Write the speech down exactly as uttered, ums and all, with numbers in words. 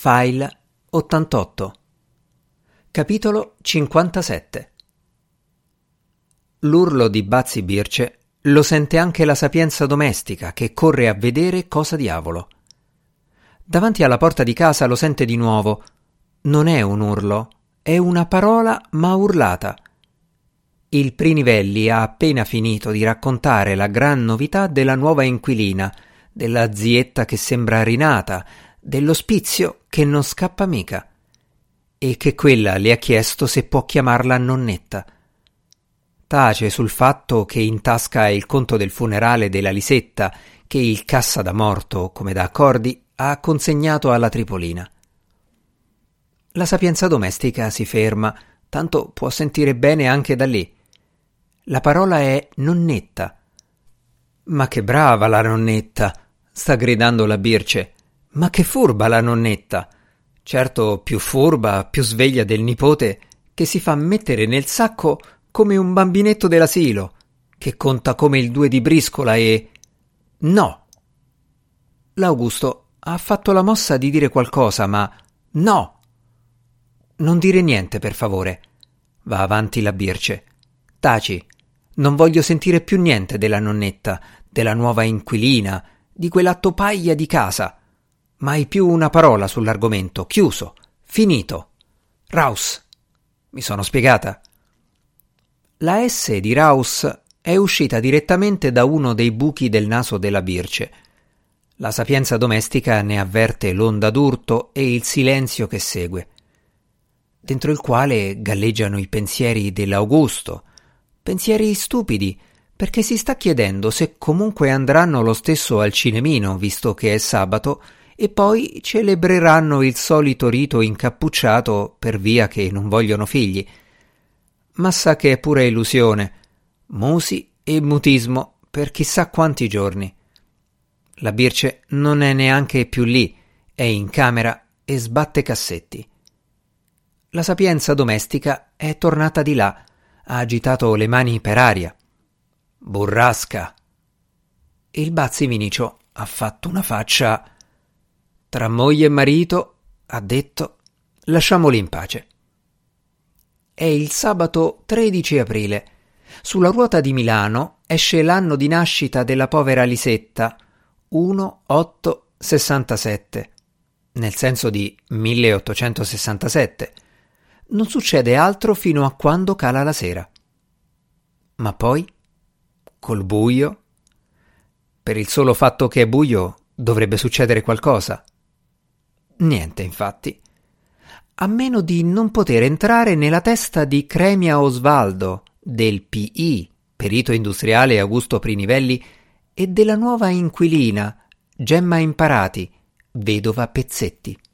File ottantotto. Capitolo cinquantasette. L'urlo di Bazzi Birce lo sente anche la sapienza domestica, che corre a vedere cosa diavolo. Davanti alla porta di casa lo sente di nuovo. Non è un urlo, è una parola ma urlata. Il Prinivelli ha appena finito di raccontare la gran novità della nuova inquilina, della zietta che sembra rinata, dell'ospizio che non scappa mica, e che quella le ha chiesto se può chiamarla nonnetta. Tace sul fatto che in tasca ha il conto del funerale della Lisetta che il cassa da morto, come da accordi, ha consegnato alla Tripolina. La sapienza domestica si ferma, tanto può sentire bene anche da lì. La parola è nonnetta. Ma che brava la nonnetta! Sta gridando la Birce. Ma che furba la nonnetta! Certo più furba, più sveglia del nipote, che si fa mettere nel sacco come un bambinetto dell'asilo, che conta come il due di briscola e... No! L'Augusto ha fatto la mossa di dire qualcosa, ma... No! Non dire niente, per favore. Va avanti la Birce. Taci. Non voglio sentire più niente della nonnetta, della nuova inquilina, di quell'atto paia di casa. Mai più una parola sull'argomento. Chiuso. Finito. Raus. Mi sono spiegata? La S di Raus è uscita direttamente da uno dei buchi del naso della Birce. La sapienza domestica ne avverte l'onda d'urto e il silenzio che segue, dentro il quale galleggiano i pensieri dell'Augusto, pensieri stupidi, perché si sta chiedendo se comunque andranno lo stesso al cinemino, visto che è sabato, e poi celebreranno il solito rito incappucciato per via che non vogliono figli. Ma sa che è pura illusione, musi e mutismo per chissà quanti giorni. La Birce non è neanche più lì, è in camera e sbatte cassetti. La sapienza domestica è tornata di là, ha agitato le mani per aria. Burrasca! Il Bazzi Minicio ha fatto una faccia. Tra moglie e marito, ha detto, lasciamoli in pace. È il sabato tredici aprile. Sulla ruota di Milano esce l'anno di nascita della povera Lisetta, uno otto sessantasette, nel senso di milleottocentosessantasette. Non succede altro fino a quando cala la sera. Ma poi, col buio, per il solo fatto che è buio, dovrebbe succedere qualcosa. Niente, infatti. A meno di non poter entrare nella testa di Cremia Osvaldo, del P I, perito industriale Augusto Prinivelli, e della nuova inquilina, Gemma Imparati, vedova Pezzetti.